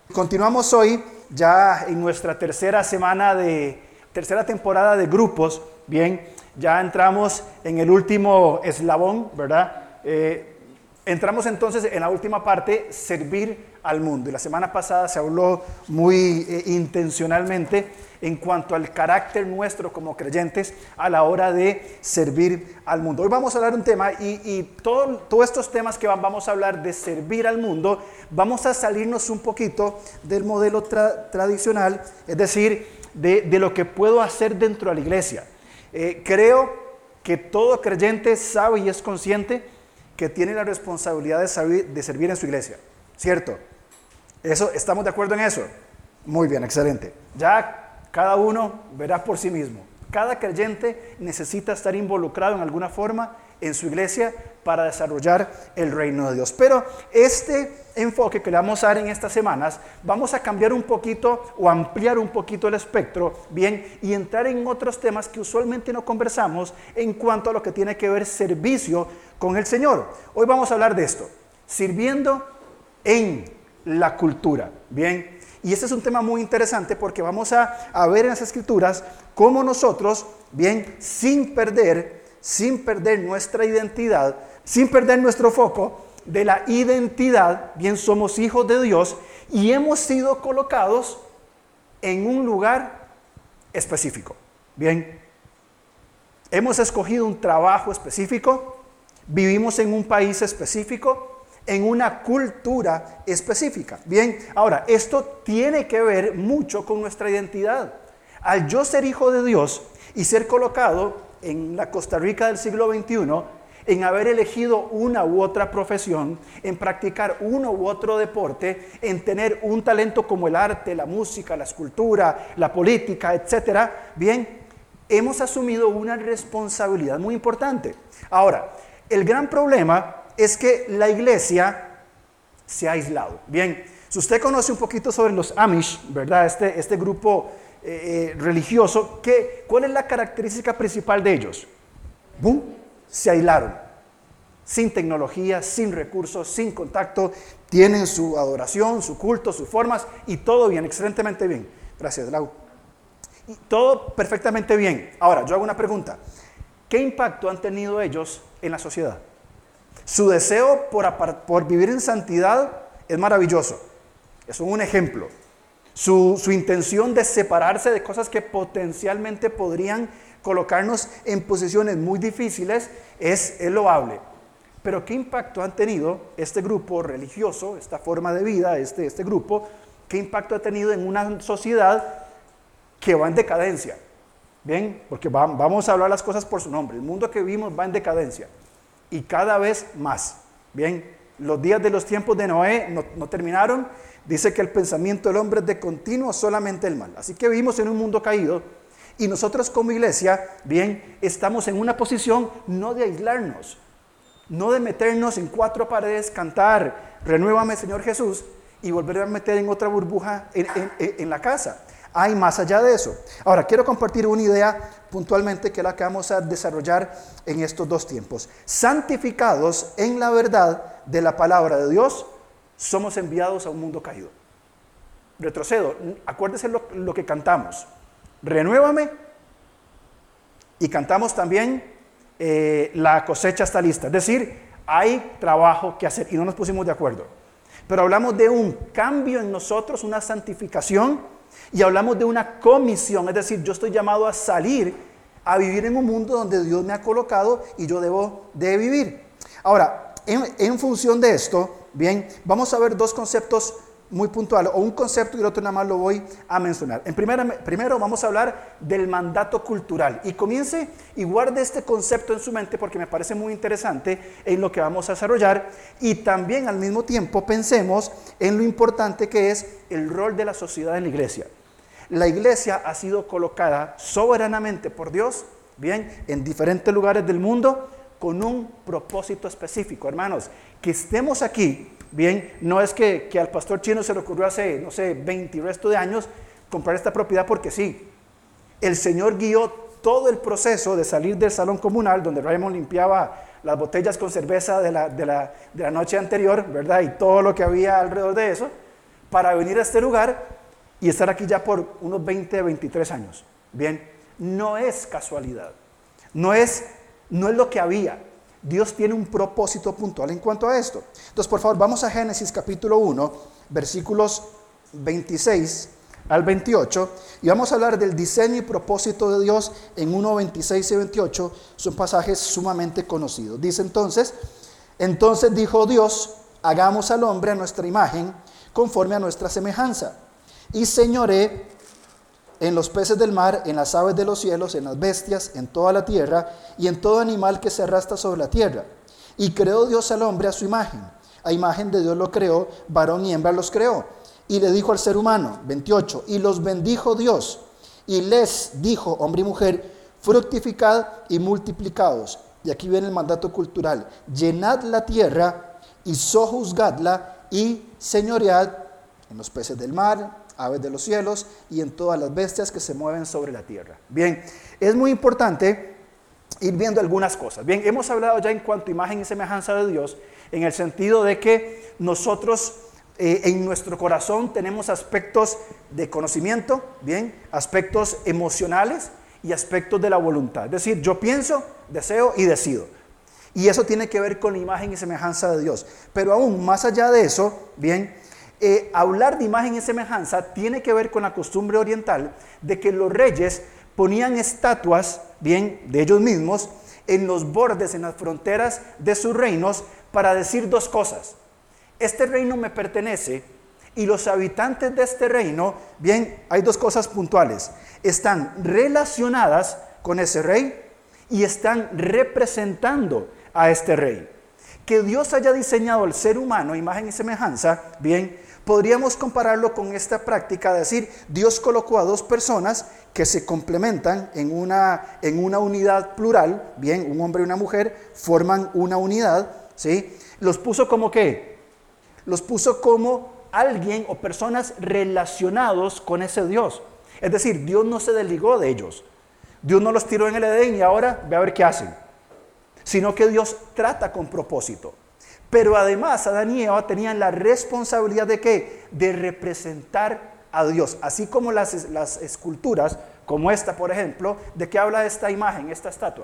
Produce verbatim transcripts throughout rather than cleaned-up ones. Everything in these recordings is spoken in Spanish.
Continuamos hoy ya en nuestra tercera semana de, tercera temporada de grupos. Bien, ya entramos en el último eslabón, ¿verdad? Eh, entramos entonces en la última parte, servir al mundo. Y la semana pasada se habló muy eh, intencionalmente en cuanto al carácter nuestro como creyentes a la hora de servir al mundo. Hoy vamos a hablar de un tema y, y todo, todos estos temas que vamos a hablar de servir al mundo, vamos a salirnos un poquito del modelo tra- tradicional, es decir, de, de lo que puedo hacer dentro de la iglesia. Eh, creo que todo creyente sabe y es consciente que tiene la responsabilidad de, saber, de servir en su iglesia, ¿cierto? Eso, ¿estamos de acuerdo en eso? Muy bien, excelente. Ya cada uno verá por sí mismo. Cada creyente necesita estar involucrado en alguna forma en su iglesia para desarrollar el reino de Dios. Pero este enfoque que le vamos a dar en estas semanas, vamos a cambiar un poquito o ampliar un poquito el espectro, bien, y entrar en otros temas que usualmente no conversamos en cuanto a lo que tiene que ver servicio con el Señor. Hoy vamos a hablar de esto, sirviendo en la cultura, bien. Y este es un tema muy interesante porque vamos a, a ver en las Escrituras cómo nosotros, bien, sin perder, sin perder nuestra identidad, sin perder nuestro foco de la identidad, bien, somos hijos de Dios y hemos sido colocados en un lugar específico, bien. Hemos escogido un trabajo específico, vivimos en un país específico, en una cultura específica. Bien, ahora, esto tiene que ver mucho con nuestra identidad. Al yo ser hijo de Dios y ser colocado en la Costa Rica del siglo veintiuno, en haber elegido una u otra profesión, en practicar uno u otro deporte, en tener un talento como el arte, la música, la escultura, la política, etcétera, bien, hemos asumido una responsabilidad muy importante. Ahora, el gran problema es que la iglesia se ha aislado. Bien, si usted conoce un poquito sobre los Amish, ¿verdad? Este, este grupo eh, religioso, ¿qué, ¿cuál es la característica principal de ellos? ¡Bum! Se aislaron. Sin tecnología, sin recursos, sin contacto. Tienen su adoración, su culto, sus formas y todo bien, excelentemente bien. Gracias, Lau. Y todo perfectamente bien. Ahora, yo hago una pregunta. ¿Qué impacto han tenido ellos en la sociedad? Su deseo por, por vivir en santidad es maravilloso. Es un ejemplo. Su, su intención de separarse de cosas que potencialmente podrían colocarnos en posiciones muy difíciles es, es loable. Pero ¿qué impacto han tenido este grupo religioso, esta forma de vida, este, este grupo? ¿Qué impacto ha tenido en una sociedad que va en decadencia? Bien, porque va, vamos a hablar las cosas por su nombre. El mundo que vivimos va en decadencia. Y cada vez más. Bien, los días de los tiempos de Noé no, no terminaron. Dice que el pensamiento del hombre es de continuo solamente el mal. Así que vivimos en un mundo caído. Y nosotros como iglesia, bien, estamos en una posición no de aislarnos. No de meternos en cuatro paredes, cantar, renuévame Señor Jesús, y volver a meter en otra burbuja en, en, en la casa. Hay más allá de eso. Ahora, quiero compartir una idea puntualmente que es la que vamos a desarrollar en estos dos tiempos. Santificados en la verdad de la palabra de Dios, somos enviados a un mundo caído. Retrocedo, acuérdese lo, lo que cantamos. Renuévame. Y cantamos también eh, la cosecha está lista. Es decir, hay trabajo que hacer y no nos pusimos de acuerdo. Pero hablamos de un cambio en nosotros, una santificación. Y hablamos de una comisión, es decir, yo estoy llamado a salir, a vivir en un mundo donde Dios me ha colocado y yo debo de vivir. Ahora, en, en función de esto, bien, vamos a ver dos conceptos muy puntuales, o un concepto y el otro nada más lo voy a mencionar. En primera, primero vamos a hablar del mandato cultural y comience y guarde este concepto en su mente porque me parece muy interesante en lo que vamos a desarrollar y también al mismo tiempo pensemos en lo importante que es el rol de la sociedad en la iglesia. La iglesia ha sido colocada soberanamente por Dios, bien, en diferentes lugares del mundo con un propósito específico, hermanos, que estemos aquí. Bien, no es que, que al pastor Chino se le ocurrió hace, no sé, veinte y resto de años comprar esta propiedad porque sí. El Señor guió todo el proceso de salir del salón comunal donde Raymond limpiaba las botellas con cerveza de la, de la, de la noche anterior, ¿verdad? Y todo lo que había alrededor de eso, para venir a este lugar y estar aquí ya por unos veinte, veintitrés años. Bien, no es casualidad, no es, no es lo que había. Dios tiene un propósito puntual en cuanto a esto. Entonces, por favor, vamos a Génesis capítulo uno, versículos veintiséis al veintiocho, y vamos a hablar del diseño y propósito de Dios en uno, veintiséis y veintiocho. Son pasajes sumamente conocidos. Dice entonces, entonces dijo Dios, hagamos al hombre a nuestra imagen, conforme a nuestra semejanza, y señoré en los peces del mar, en las aves de los cielos, en las bestias, en toda la tierra, y en todo animal que se arrastra sobre la tierra. Y creó Dios al hombre a su imagen, a imagen de Dios lo creó, varón y hembra los creó. Y le dijo al ser humano, veintiocho, y los bendijo Dios, y les dijo, hombre y mujer, fructificad y multiplicaos. Y aquí viene el mandato cultural, llenad la tierra y sojuzgadla y señoread en los peces del mar, aves de los cielos y en todas las bestias que se mueven sobre la tierra. Bien, es muy importante ir viendo algunas cosas. Bien, hemos hablado ya en cuanto a imagen y semejanza de Dios, en el sentido de que nosotros eh, en nuestro corazón tenemos aspectos de conocimiento, bien, aspectos emocionales y aspectos de la voluntad. Es decir, yo pienso, deseo y decido. Y eso tiene que ver con la imagen y semejanza de Dios. Pero aún más allá de eso, bien, eh, hablar de imagen y semejanza tiene que ver con la costumbre oriental de que los reyes ponían estatuas, bien, de ellos mismos, en los bordes, en las fronteras de sus reinos, para decir dos cosas. Este reino me pertenece y los habitantes de este reino, bien, hay dos cosas puntuales. Están relacionadas con ese rey y están representando a este rey. Que Dios haya diseñado al ser humano, imagen y semejanza, bien, podríamos compararlo con esta práctica de decir, Dios colocó a dos personas que se complementan en una, en una unidad plural, bien, un hombre y una mujer forman una unidad, ¿sí? Los puso como ¿qué? Los puso como alguien o personas relacionados con ese Dios. Es decir, Dios no se desligó de ellos. Dios no los tiró en el Edén y ahora ve a ver qué hacen. Sino que Dios trata con propósito. Pero además Adán y Eva tenían la responsabilidad de ¿qué? De representar a Dios. Así como las, las esculturas, como esta por ejemplo, ¿de qué habla esta imagen, esta estatua?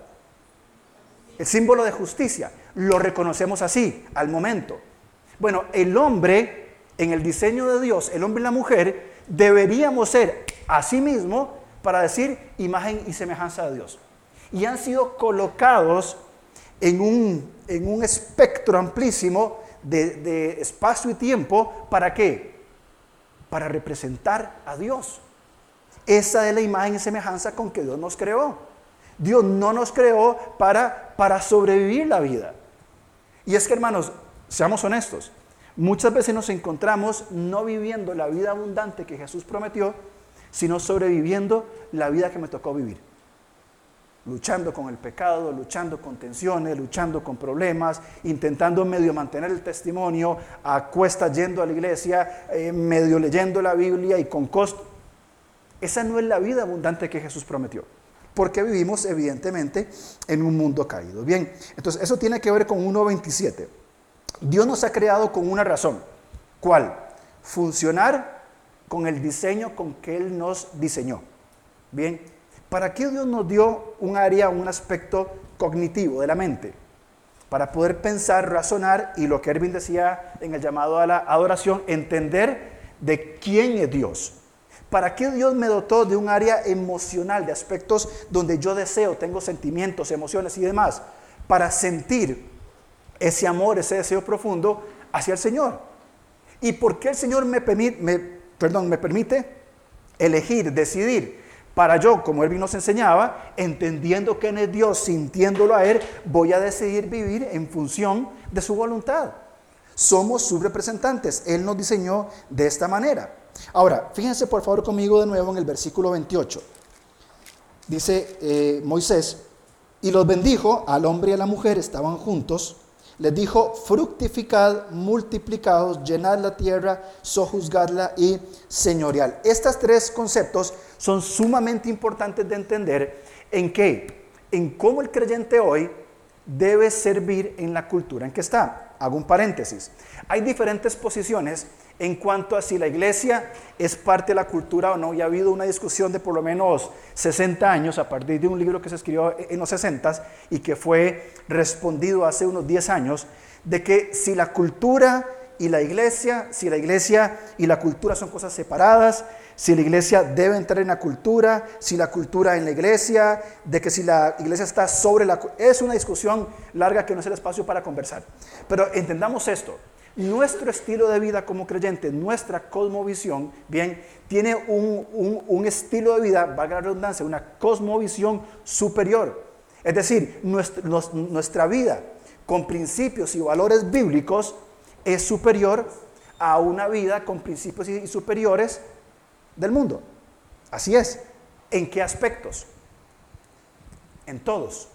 El símbolo de justicia. Lo reconocemos así, al momento. Bueno, el hombre, en el diseño de Dios, el hombre y la mujer, deberíamos ser a sí mismo para decir imagen y semejanza de Dios. Y han sido colocados en un, en un espectro amplísimo de, de espacio y tiempo. ¿Para qué? Para representar a Dios. Esa es la imagen y semejanza con que Dios nos creó. Dios no nos creó para, para sobrevivir la vida. Y es que, hermanos, seamos honestos, muchas veces nos encontramos no viviendo la vida abundante que Jesús prometió, sino sobreviviendo la vida que me tocó vivir. Luchando con el pecado, luchando con tensiones, luchando con problemas, intentando medio mantener el testimonio, a cuestas yendo a la iglesia, eh, medio leyendo la Biblia y con costo. Esa no es la vida abundante que Jesús prometió, porque vivimos evidentemente en un mundo caído. Bien, entonces eso tiene que ver con uno veintisiete. Dios nos ha creado con una razón. ¿Cuál? Funcionar con el diseño con que Él nos diseñó. Bien, ¿para qué Dios nos dio un área, un aspecto cognitivo de la mente? Para poder pensar, razonar y lo que Erwin decía en el llamado a la adoración, entender de quién es Dios. ¿Para qué Dios me dotó de un área emocional, de aspectos donde yo deseo, tengo sentimientos, emociones y demás? Para sentir ese amor, ese deseo profundo hacia el Señor. ¿Y por qué el Señor me permite, me, perdón, me permite elegir, decidir? Para yo, como Erwin nos enseñaba, entendiendo quién es Dios, sintiéndolo a Él, voy a decidir vivir en función de su voluntad. Somos sus representantes. Él nos diseñó de esta manera. Ahora, fíjense por favor conmigo de nuevo en el versículo veintiocho. Dice eh, Moisés, y los bendijo, al hombre y a la mujer estaban juntos. Les dijo, fructificad, multiplicaos, llenad la tierra, sojuzgadla y señorial. Estos tres conceptos son sumamente importantes de entender. ¿En qué? En cómo el creyente hoy debe servir en la cultura en que está. Hago un paréntesis. Hay diferentes posiciones En cuanto a si la iglesia es parte de la cultura o no, ya ha habido una discusión de por lo menos sesenta años a partir de un libro que se escribió en los sesenta y que fue respondido hace unos diez años, de que si la cultura y la iglesia, si la iglesia y la cultura son cosas separadas, si la iglesia debe entrar en la cultura, si la cultura en la iglesia, de que si la iglesia está sobre la... Es una discusión larga que no es el espacio para conversar. Pero entendamos esto. Nuestro estilo de vida como creyentes, nuestra cosmovisión, bien, tiene un, un, un estilo de vida, valga la redundancia, una cosmovisión superior. Es decir, nuestra, nos, nuestra vida con principios y valores bíblicos es superior a una vida con principios y superiores del mundo. Así es. ¿En qué aspectos? En todos.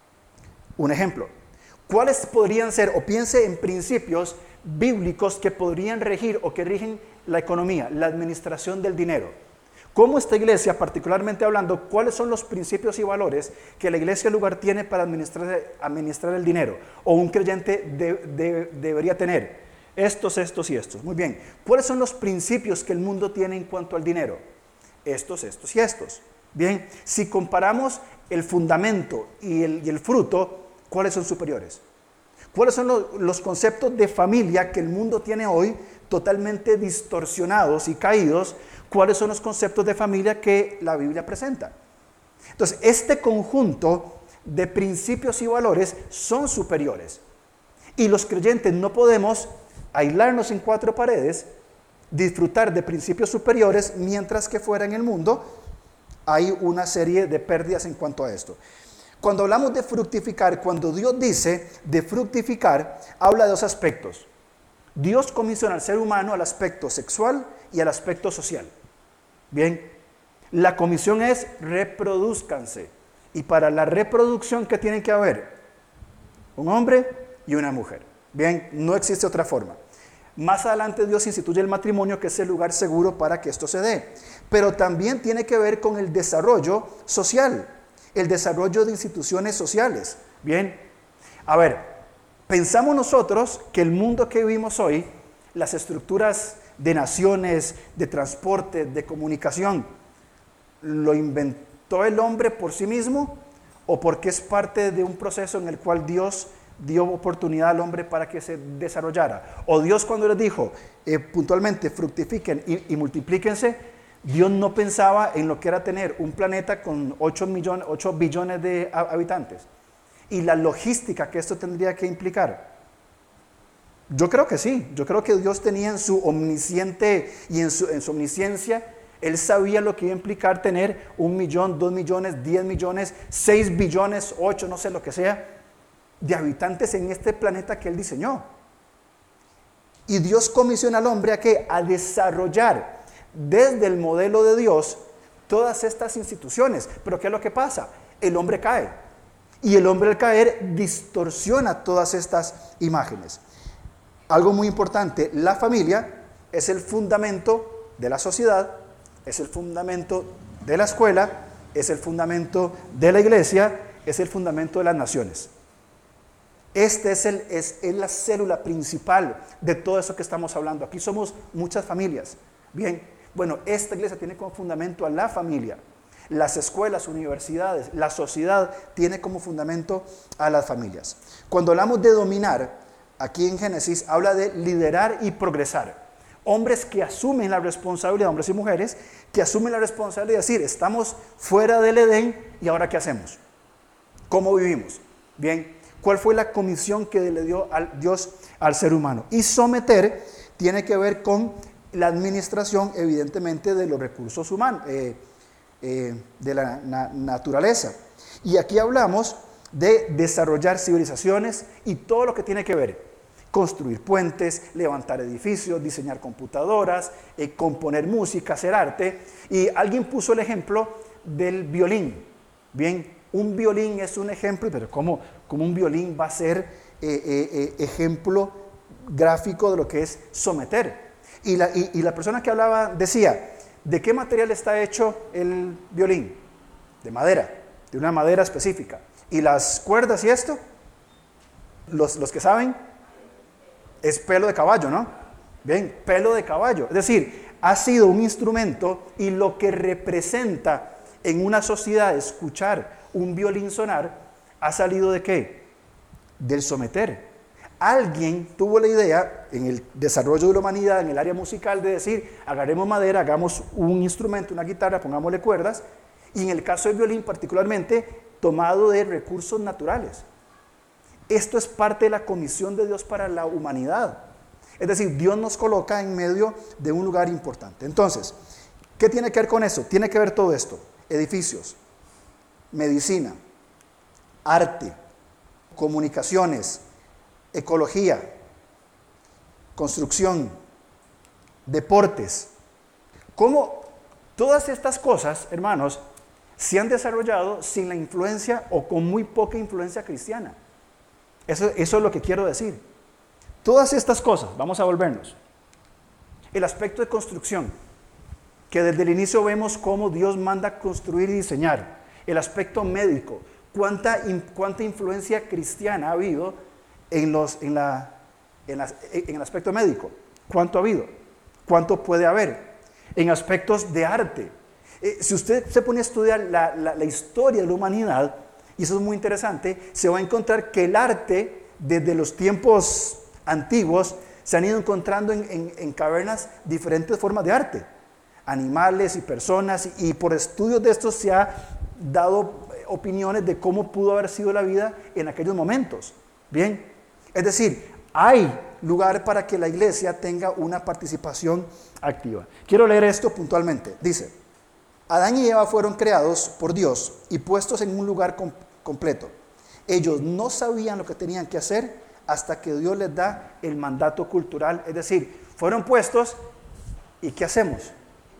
Un ejemplo. ¿Cuáles podrían ser, o piense en principios bíblicos que podrían regir o que rigen la economía, la administración del dinero? ¿Cómo esta iglesia, particularmente hablando, cuáles son los principios y valores que la iglesia lugar tiene para administrar, administrar el dinero? O un creyente de, de, debería tener. Estos, estos y estos. Muy bien. ¿Cuáles son los principios que el mundo tiene en cuanto al dinero? Estos, estos y estos. Bien. Si comparamos el fundamento y el, y el fruto, ¿cuáles son superiores? ¿Cuáles son los, los conceptos de familia que el mundo tiene hoy totalmente distorsionados y caídos? ¿Cuáles son los conceptos de familia que la Biblia presenta? Entonces, este conjunto de principios y valores son superiores. Y los creyentes no podemos aislarnos en cuatro paredes, disfrutar de principios superiores, mientras que fuera en el mundo hay una serie de pérdidas en cuanto a esto. Cuando hablamos de fructificar, cuando Dios dice de fructificar, habla de dos aspectos. Dios comisiona al ser humano al aspecto sexual y al aspecto social. Bien, la comisión es reproduzcanse. Y para la reproducción, ¿qué tiene que haber? Un hombre y una mujer. Bien, no existe otra forma. Más adelante Dios instituye el matrimonio, que es el lugar seguro para que esto se dé. Pero también tiene que ver con el desarrollo social, el desarrollo de instituciones sociales. Bien, a ver, pensamos nosotros que el mundo que vivimos hoy, las estructuras de naciones, de transporte, de comunicación, ¿lo inventó el hombre por sí mismo o porque es parte de un proceso en el cual Dios dio oportunidad al hombre para que se desarrollara? O Dios, cuando les dijo eh, puntualmente fructifiquen y, y multiplíquense, Dios no pensaba en lo que era tener un planeta con ocho millones, ocho billones de habitantes y la logística que esto tendría que implicar. Yo creo que sí, yo creo que Dios tenía en su omnisciente y en su, en su omnisciencia, Él sabía lo que iba a implicar tener un millón, dos millones, diez millones, seis billones, ocho, no sé lo que sea, de habitantes en este planeta que Él diseñó. Y Dios comisiona al hombre a ¿qué? A desarrollar desde el modelo de Dios todas estas instituciones. Pero ¿qué es lo que pasa? El hombre cae. Y el hombre al caer distorsiona todas estas imágenes. Algo muy importante, la familia es el fundamento de la sociedad, es el fundamento de la escuela, es el fundamento de la iglesia, es el fundamento de las naciones. Este es, el, es, es la célula principal de todo eso que estamos hablando. Aquí somos muchas familias. Bien, bueno, esta iglesia tiene como fundamento a la familia. Las escuelas, universidades, la sociedad tiene como fundamento a las familias. Cuando hablamos de dominar, aquí en Génesis habla de liderar y progresar. Hombres que asumen la responsabilidad, hombres y mujeres, que asumen la responsabilidad de decir, estamos fuera del Edén y ahora ¿qué hacemos? ¿Cómo vivimos? Bien, ¿cuál fue la comisión que le dio al Dios al ser humano? Y someter tiene que ver con la administración, evidentemente, de los recursos humanos, eh, eh, de la na- naturaleza. Y aquí hablamos de desarrollar civilizaciones y todo lo que tiene que ver. Construir puentes, levantar edificios, diseñar computadoras, eh, componer música, hacer arte. Y alguien puso el ejemplo del violín. Bien, un violín es un ejemplo, pero ¿cómo, cómo un violín va a ser eh, eh, eh, ejemplo gráfico de lo que es someter? Y la, y, y la persona que hablaba decía, ¿de qué material está hecho el violín? De madera, de una madera específica. ¿Y las cuerdas y esto? Los, los que saben, es pelo de caballo, ¿no? Bien, pelo de caballo. Es decir, ha sido un instrumento y lo que representa en una sociedad escuchar un violín sonar, ¿ha salido de qué? Del someter. Alguien tuvo la idea en el desarrollo de la humanidad, en el área musical, de decir, agarremos madera, hagamos un instrumento, una guitarra, pongámosle cuerdas, y en el caso del violín particularmente, tomado de recursos naturales. Esto es parte de la comisión de Dios para la humanidad. Es decir, Dios nos coloca en medio de un lugar importante. Entonces, ¿qué tiene que ver con eso? Tiene que ver todo esto. Edificios, medicina, arte, comunicaciones, ecología, construcción, deportes. ¿Cómo todas estas cosas, hermanos, se han desarrollado sin la influencia o con muy poca influencia cristiana? Eso, eso es lo que quiero decir. Todas estas cosas, vamos a volvernos. El aspecto de construcción, que desde el inicio vemos cómo Dios manda construir y diseñar. El aspecto médico, cuánta, cuánta influencia cristiana ha habido en, los, en, la, en, las, en el aspecto médico. ¿Cuánto ha habido? ¿Cuánto puede haber? En aspectos de arte. Eh, si usted se pone a estudiar la, la, la historia de la humanidad, y eso es muy interesante, se va a encontrar que el arte, desde los tiempos antiguos, se han ido encontrando en, en, en cavernas diferentes formas de arte, animales y personas, y, y por estudios de estos se ha dado opiniones de cómo pudo haber sido la vida en aquellos momentos. Bien, es decir, hay lugar para que la iglesia tenga una participación activa. Quiero leer esto puntualmente. Dice, Adán y Eva fueron creados por Dios y puestos en un lugar com- completo. Ellos no sabían lo que tenían que hacer hasta que Dios les da el mandato cultural. Es decir, fueron puestos y ¿qué hacemos?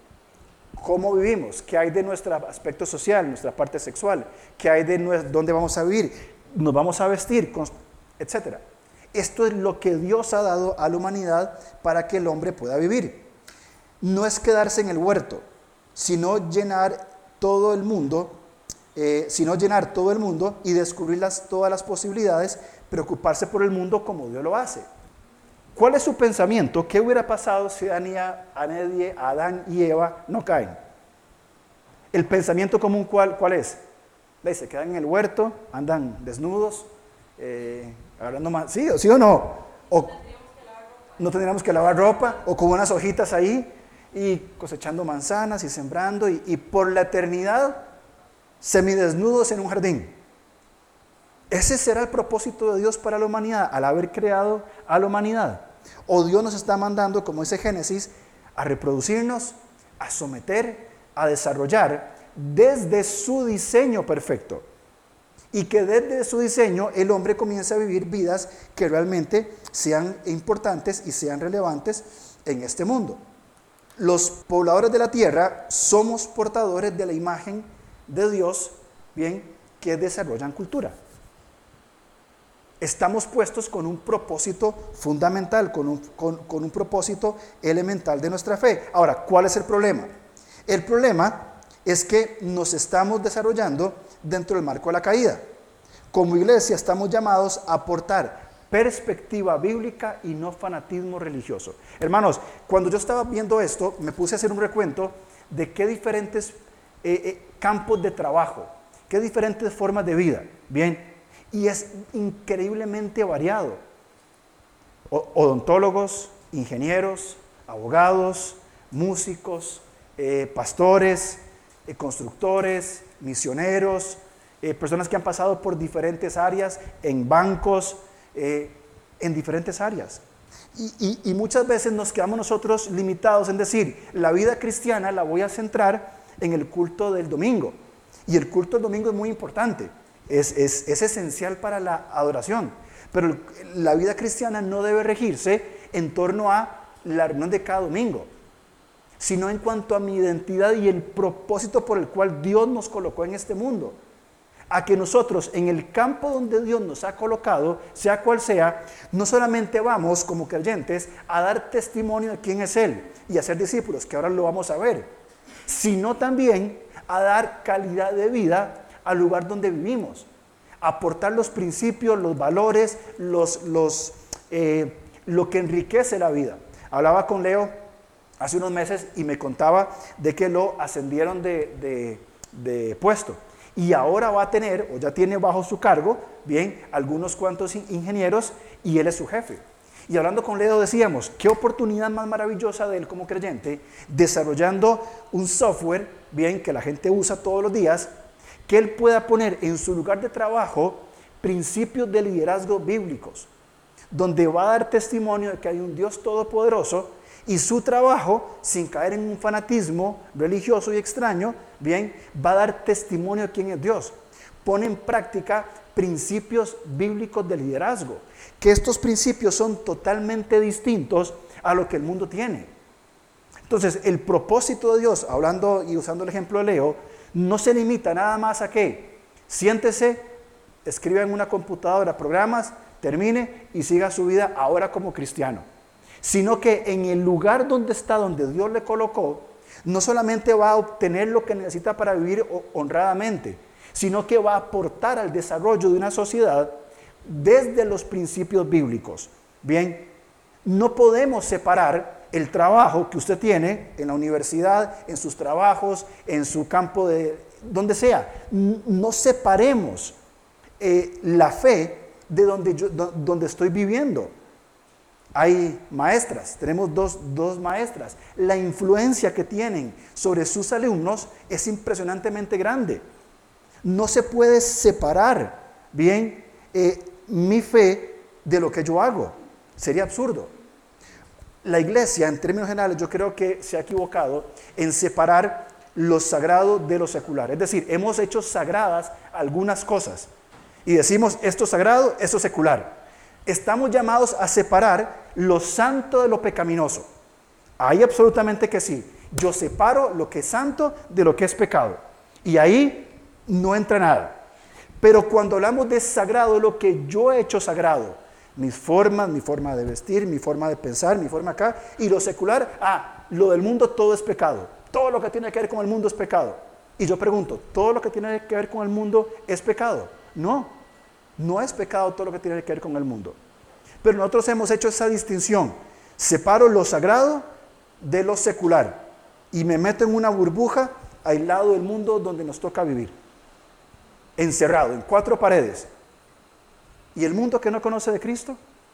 ¿Cómo vivimos? ¿Qué hay de nuestro aspecto social, nuestra parte sexual? ¿Qué hay de nuestro, dónde vamos a vivir? ¿Nos vamos a vestir? Etcétera. Esto es lo que Dios ha dado a la humanidad para que el hombre pueda vivir. No es quedarse en el huerto, sino llenar todo el mundo, eh, sino llenar todo el mundo y descubrir las, todas las posibilidades, preocuparse por el mundo como Dios lo hace. ¿Cuál es su pensamiento? ¿Qué hubiera pasado si Adán y Eva no caen? El pensamiento común, ¿cuál, cuál es? Se quedan en el huerto, andan desnudos, eh, agarrando más, ¿sí, ¿sí o no? O no tendríamos que lavar ropa, o con unas hojitas ahí, y cosechando manzanas y sembrando, y, y por la eternidad, semidesnudos en un jardín. ¿Ese será el propósito de Dios para la humanidad, al haber creado a la humanidad? ¿O Dios nos está mandando, como dice Génesis, a reproducirnos, a someter, a desarrollar desde su diseño perfecto? Y que desde su diseño el hombre comience a vivir vidas que realmente sean importantes y sean relevantes en este mundo. Los pobladores de la tierra somos portadores de la imagen de Dios, bien, que desarrollan cultura. Estamos puestos con un propósito fundamental, con un, con, con un propósito elemental de nuestra fe. Ahora, ¿cuál es el problema? El problema es que nos estamos desarrollando dentro del marco de la caída. Como iglesia estamos llamados a aportar perspectiva bíblica y no fanatismo religioso. Hermanos, cuando yo estaba viendo esto, me puse a hacer un recuento de qué diferentes eh, eh, campos de trabajo, qué diferentes formas de vida. Bien, y es increíblemente variado. O- odontólogos, ingenieros, abogados, músicos, eh, pastores, eh, constructores, misioneros, eh, personas que han pasado por diferentes áreas, en bancos, eh, en diferentes áreas. Y, y, y muchas veces nos quedamos nosotros limitados en decir, la vida cristiana la voy a centrar en el culto del domingo. Y el culto del domingo es muy importante. Es, es, es esencial para la adoración, pero la vida cristiana no debe regirse en torno a la reunión de cada domingo, sino en cuanto a mi identidad y el propósito por el cual Dios nos colocó en este mundo, a que nosotros en el campo donde Dios nos ha colocado, sea cual sea, no solamente vamos como creyentes a dar testimonio de quién es Él y a ser discípulos, que ahora lo vamos a ver, sino también a dar calidad de vida al lugar donde vivimos, aportar los principios, los valores, los, los, eh, lo que enriquece la vida. Hablaba con Leo hace unos meses y me contaba de que lo ascendieron de, de, de puesto. Y ahora va a tener, o ya tiene bajo su cargo, bien, algunos cuantos ingenieros y él es su jefe. Y hablando con Leo decíamos, qué oportunidad más maravillosa de él como creyente, desarrollando un software, bien, que la gente usa todos los días, que él pueda poner en su lugar de trabajo principios de liderazgo bíblicos, donde va a dar testimonio de que hay un Dios todopoderoso y su trabajo, sin caer en un fanatismo religioso y extraño, bien, va a dar testimonio de quién es Dios. Pone en práctica principios bíblicos de liderazgo, que estos principios son totalmente distintos a lo que el mundo tiene. Entonces, el propósito de Dios, hablando y usando el ejemplo de Leo, no se limita nada más a que siéntese, escriba en una computadora programas, termine y siga su vida ahora como cristiano, sino que en el lugar donde está, donde Dios le colocó, no solamente va a obtener lo que necesita para vivir honradamente, sino que va a aportar al desarrollo de una sociedad desde los principios bíblicos. Bien, no podemos separar el trabajo que usted tiene en la universidad, en sus trabajos, en su campo de donde sea. No separemos eh, la fe de donde, yo, donde estoy viviendo. Hay maestras, tenemos dos, dos maestras. La influencia que tienen sobre sus alumnos es impresionantemente grande. No se puede separar, bien, eh, mi fe de lo que yo hago. Sería absurdo. La iglesia, en términos generales, yo creo que se ha equivocado en separar lo sagrado de lo secular. Es decir, hemos hecho sagradas algunas cosas y decimos esto es sagrado, esto es secular. Estamos llamados a separar lo santo de lo pecaminoso. Ahí absolutamente que sí. Yo separo lo que es santo de lo que es pecado. Y ahí no entra nada. Pero cuando hablamos de sagrado, lo que yo he hecho sagrado, mis formas, mi forma de vestir, mi forma de pensar, mi forma acá, y lo secular, ah, lo del mundo todo es pecado. Todo lo que tiene que ver con el mundo es pecado. Y yo pregunto, ¿todo lo que tiene que ver con el mundo es pecado? No, no es pecado todo lo que tiene que ver con el mundo. Pero nosotros hemos hecho esa distinción. Separo lo sagrado de lo secular y me meto en una burbuja aislado del mundo donde nos toca vivir. Encerrado en cuatro paredes. ¿Y el mundo que no conoce de Cristo?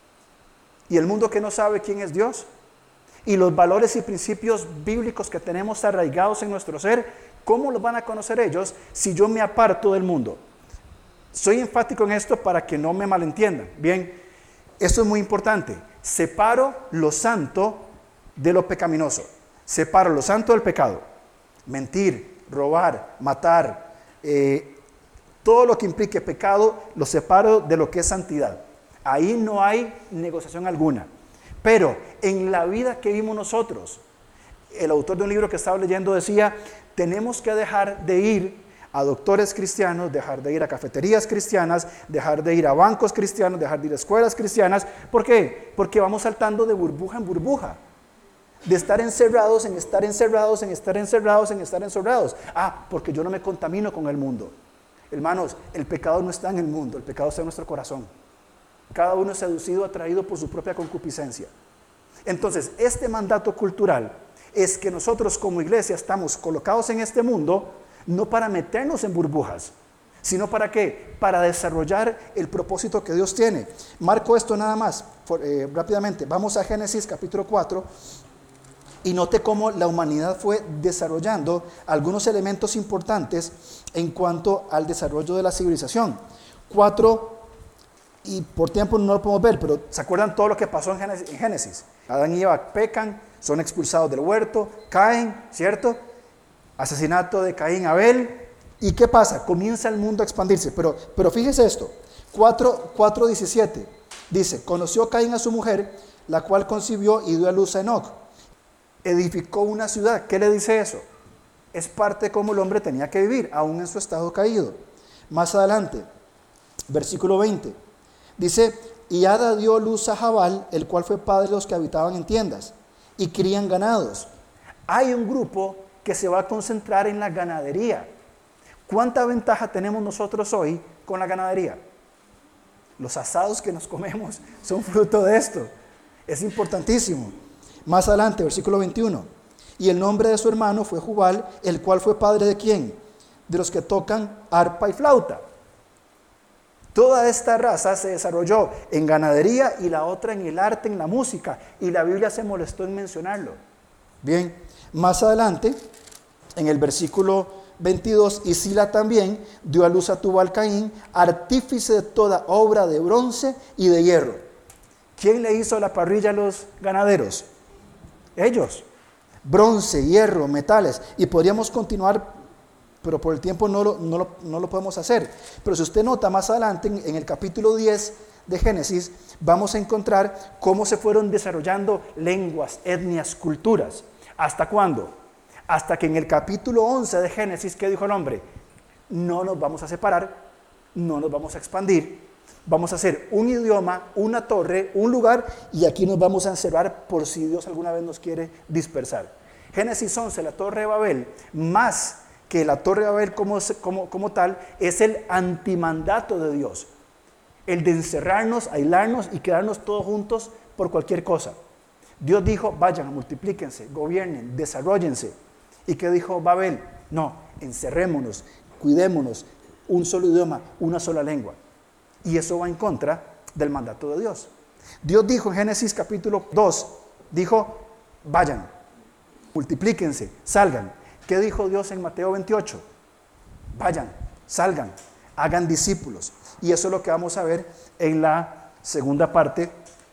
¿Y el mundo que no sabe quién es Dios? ¿Y los valores y principios bíblicos que tenemos arraigados en nuestro ser? ¿Cómo los van a conocer ellos si yo me aparto del mundo? Soy enfático en esto para que no me malentiendan. Bien, esto es muy importante. Separo lo santo de lo pecaminoso. Separo lo santo del pecado. Mentir, robar, matar, eh, todo lo que implique pecado, lo separo de lo que es santidad. Ahí no hay negociación alguna. Pero en la vida que vivimos nosotros, el autor de un libro que estaba leyendo decía, tenemos que dejar de ir a doctores cristianos, dejar de ir a cafeterías cristianas, dejar de ir a bancos cristianos, dejar de ir a escuelas cristianas. ¿Por qué? Porque vamos saltando de burbuja en burbuja. De estar encerrados, en estar encerrados, en estar encerrados, en estar encerrados. Ah, porque yo no me contamino con el mundo. Hermanos, el pecado no está en el mundo, el pecado está en nuestro corazón. Cada uno es seducido, atraído por su propia concupiscencia. Entonces, este mandato cultural es que nosotros como iglesia estamos colocados en este mundo, no para meternos en burbujas, sino para ¿qué? Para desarrollar el propósito que Dios tiene. Marco esto nada más, por, eh, rápidamente. Vamos a Génesis capítulo cuatro y note cómo la humanidad fue desarrollando algunos elementos importantes en cuanto al desarrollo de la civilización. Cuatro, y por tiempo no lo podemos ver, pero ¿se acuerdan todo lo que pasó en Génesis? En Génesis? Adán y Eva pecan, son expulsados del huerto, caen, ¿cierto? Asesinato de Caín, Abel. ¿Y qué pasa? Comienza el mundo a expandirse. Pero, pero fíjese esto, cuatro diecisiete. Dice, conoció Caín a su mujer, la cual concibió y dio a luz a Enoc. Edificó una ciudad. ¿Qué le dice eso? Es parte de cómo el hombre tenía que vivir, aún en su estado caído. Más adelante, versículo veinte. Dice, y Ada dio luz a Jabal, el cual fue padre de los que habitaban en tiendas y crían ganados. Hay un grupo que se va a concentrar en la ganadería. ¿Cuánta ventaja tenemos nosotros hoy con la ganadería? Los asados que nos comemos son fruto de esto. Es importantísimo. Más adelante, versículo veintiuno. Y el nombre de su hermano fue Jubal, el cual fue padre de ¿quién? De los que tocan arpa y flauta. Toda esta raza se desarrolló en ganadería y la otra en el arte, en la música. Y la Biblia se molestó en mencionarlo. Bien, más adelante, en el versículo veintidós, y Sila también dio a luz a Tubal Caín, artífice de toda obra de bronce y de hierro. ¿Quién le hizo la parrilla a los ganaderos? Ellos. Bronce, hierro, metales. Y podríamos continuar, pero por el tiempo no lo, no lo, no lo podemos hacer. Pero si usted nota más adelante, en, en el capítulo diez de Génesis, vamos a encontrar cómo se fueron desarrollando lenguas, etnias, culturas. ¿Hasta cuándo? Hasta que en el capítulo once de Génesis, ¿qué dijo el hombre? No nos vamos a separar, no nos vamos a expandir, vamos a hacer un idioma, una torre, un lugar, y aquí nos vamos a encerrar por si Dios alguna vez nos quiere dispersar. Génesis once, la torre de Babel, más que la torre de Babel como, como, como tal, es el antimandato de Dios. El de encerrarnos, aislarnos y quedarnos todos juntos por cualquier cosa. Dios dijo, vayan, multiplíquense, gobiernen, desarróllense. ¿Y qué dijo Babel? No, encerrémonos, cuidémonos, un solo idioma, una sola lengua. Y eso va en contra del mandato de Dios. Dios dijo en Génesis capítulo dos, dijo, vayan, multiplíquense, salgan. ¿Qué dijo Dios en Mateo veintiocho? Vayan, salgan, hagan discípulos. Y eso es lo que vamos a ver en la segunda parte.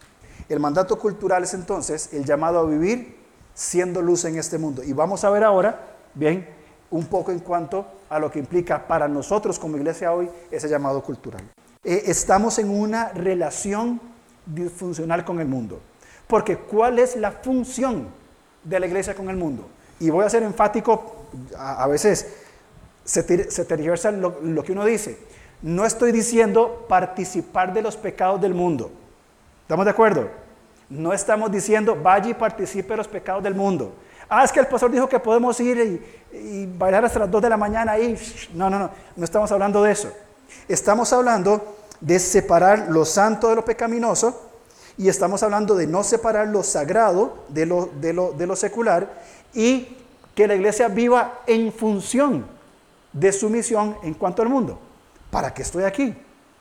El mandato cultural es entonces el llamado a vivir siendo luz en este mundo. Y vamos a ver ahora, bien, un poco en cuanto a lo que implica para nosotros como iglesia hoy ese llamado cultural. Eh, estamos en una relación disfuncional con el mundo. Porque ¿cuál es la función de la iglesia con el mundo? Y voy a ser enfático, a, a veces se, ter, se tergiversa lo, lo que uno dice. No estoy diciendo participar de los pecados del mundo. ¿Estamos de acuerdo? No estamos diciendo vaya y participe de los pecados del mundo. Ah, es que el pastor dijo que podemos ir y, y bailar hasta las dos de la mañana ahí. No, no, no, no estamos hablando de eso. Estamos hablando de separar lo santo de lo pecaminoso y estamos hablando de no separar lo sagrado de lo, de lo, de lo secular y que la iglesia viva en función de su misión en cuanto al mundo. ¿Para qué estoy aquí?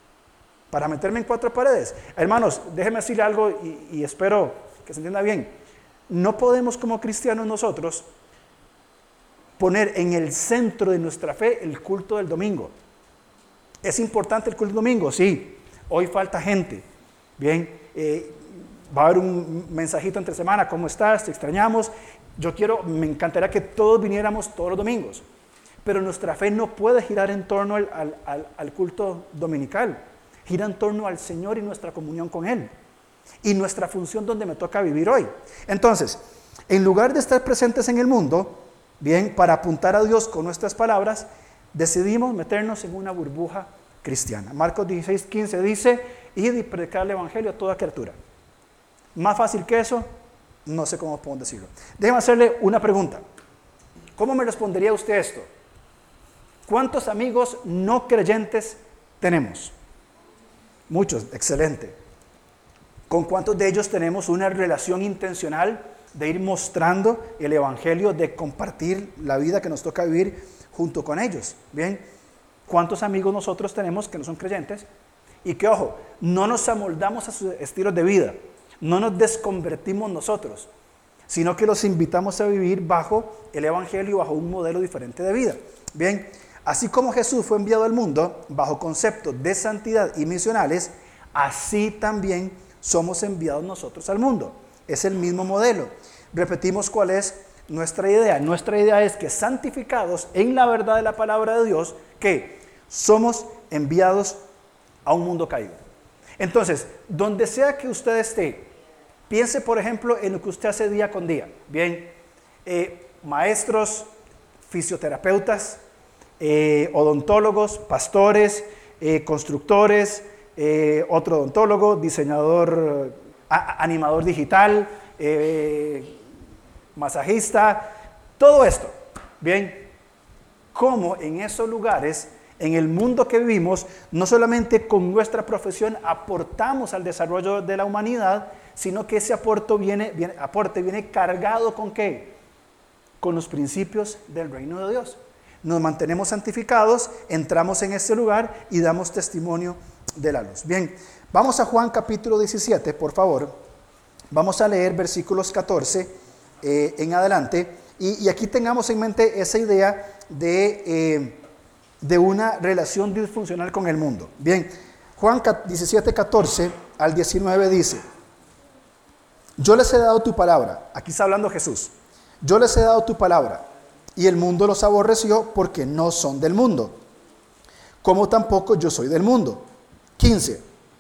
Para meterme en cuatro paredes. Hermanos, déjenme decirle algo y, y espero que se entienda bien. No podemos como cristianos nosotros poner en el centro de nuestra fe el culto del domingo. ¿Es importante el culto del domingo? Sí. Hoy falta gente. Bien, eh, va a haber un mensajito entre semana. ¿Cómo estás? Te extrañamos. Yo quiero, me encantaría que todos viniéramos todos los domingos. Pero nuestra fe no puede girar en torno al, al, al, al culto dominical. Gira en torno al Señor y nuestra comunión con Él. Y nuestra función donde me toca vivir hoy. Entonces, en lugar de estar presentes en el mundo, bien, para apuntar a Dios con nuestras palabras, decidimos meternos en una burbuja cristiana. Marcos dieciséis, quince dice, id y predicar el evangelio a toda criatura. Más fácil que eso, no sé cómo podemos decirlo. Déjeme hacerle una pregunta. ¿Cómo me respondería usted esto? ¿Cuántos amigos no creyentes tenemos? Muchos, excelente. ¿Con cuántos de ellos tenemos una relación intencional de ir mostrando el evangelio, de compartir la vida que nos toca vivir junto con ellos? Bien, ¿cuántos amigos nosotros tenemos que no son creyentes? Y que, ojo, no nos amoldamos a sus estilos de vida, no nos desconvertimos nosotros, sino que los invitamos a vivir bajo el evangelio, bajo un modelo diferente de vida. Bien, así como Jesús fue enviado al mundo bajo conceptos de santidad y misionales, así también somos enviados nosotros al mundo. Es el mismo modelo. Repetimos cuál es nuestra idea. Nuestra idea es que santificados en la verdad de la palabra de Dios, que somos enviados a un mundo caído. Entonces, donde sea que usted esté, piense por ejemplo en lo que usted hace día con día. Bien, eh, maestros, fisioterapeutas, Eh, odontólogos, pastores, eh, constructores, eh, otro odontólogo, diseñador, a, animador digital, eh, masajista, todo esto. Bien, cómo en esos lugares En el mundo que vivimos, no solamente con nuestra profesión aportamos al desarrollo de la humanidad, sino que ese aporte viene, viene, aporte viene cargado ¿con qué? Con los principios del reino de Dios. Nos mantenemos santificados, entramos en este lugar y damos testimonio de la luz. Bien, vamos a Juan capítulo diecisiete, por favor. Vamos a leer versículos catorce eh, en adelante. Y, y aquí tengamos en mente esa idea de... Eh, de una relación disfuncional con el mundo. Bien, Juan diecisiete, catorce al diecinueve dice: yo les he dado tu palabra. Aquí está hablando Jesús. Yo les he dado tu palabra, y el mundo los aborreció porque no son del mundo, como tampoco yo soy del mundo. quince.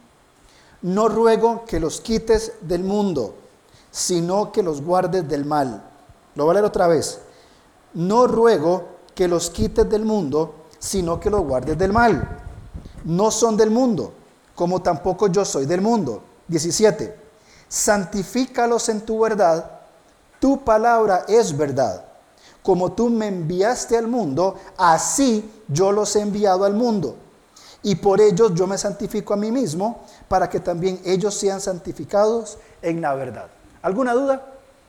No ruego que los quites del mundo, sino que los guardes del mal. Lo voy a leer otra vez. No ruego que los quites del mundo, sino que los guardes del mal. No son del mundo, como tampoco yo soy del mundo. diecisiete. Santifícalos en tu verdad, tu palabra es verdad. Como tú me enviaste al mundo, así yo los he enviado al mundo. Y por ellos yo me santifico a mí mismo, para que también ellos sean santificados en la verdad. ¿Alguna duda?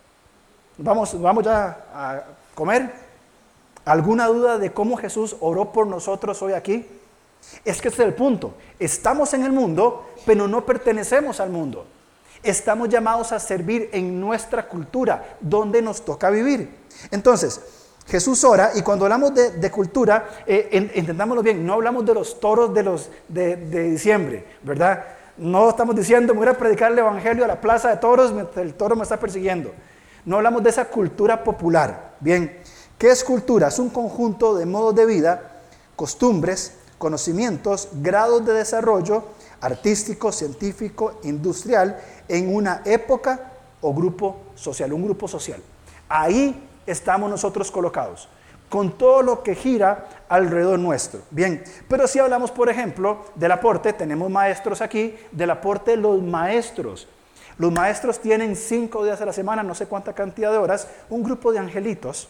Vamos, vamos ya a comer. ¿Alguna duda de cómo Jesús oró por nosotros hoy aquí? Es que ese es el punto. Estamos en el mundo, pero no pertenecemos al mundo. Estamos llamados a servir en nuestra cultura, donde nos toca vivir. Entonces, Jesús ora, y cuando hablamos de, de cultura, eh, entendámoslo bien, no hablamos de los toros de, los, de, de diciembre, ¿verdad? No estamos diciendo, me voy a predicar el evangelio a la plaza de toros mientras el toro me está persiguiendo. No hablamos de esa cultura popular. Bien, ¿qué es cultura? Es un conjunto de modos de vida, costumbres, conocimientos, grados de desarrollo artístico, científico, industrial, en una época o grupo social, un grupo social. Ahí estamos nosotros colocados, con todo lo que gira alrededor nuestro. Bien, pero si hablamos, por ejemplo, del aporte, tenemos maestros aquí, del aporte de los maestros. Los maestros tienen cinco días a la semana, no sé cuánta cantidad de horas, un grupo de angelitos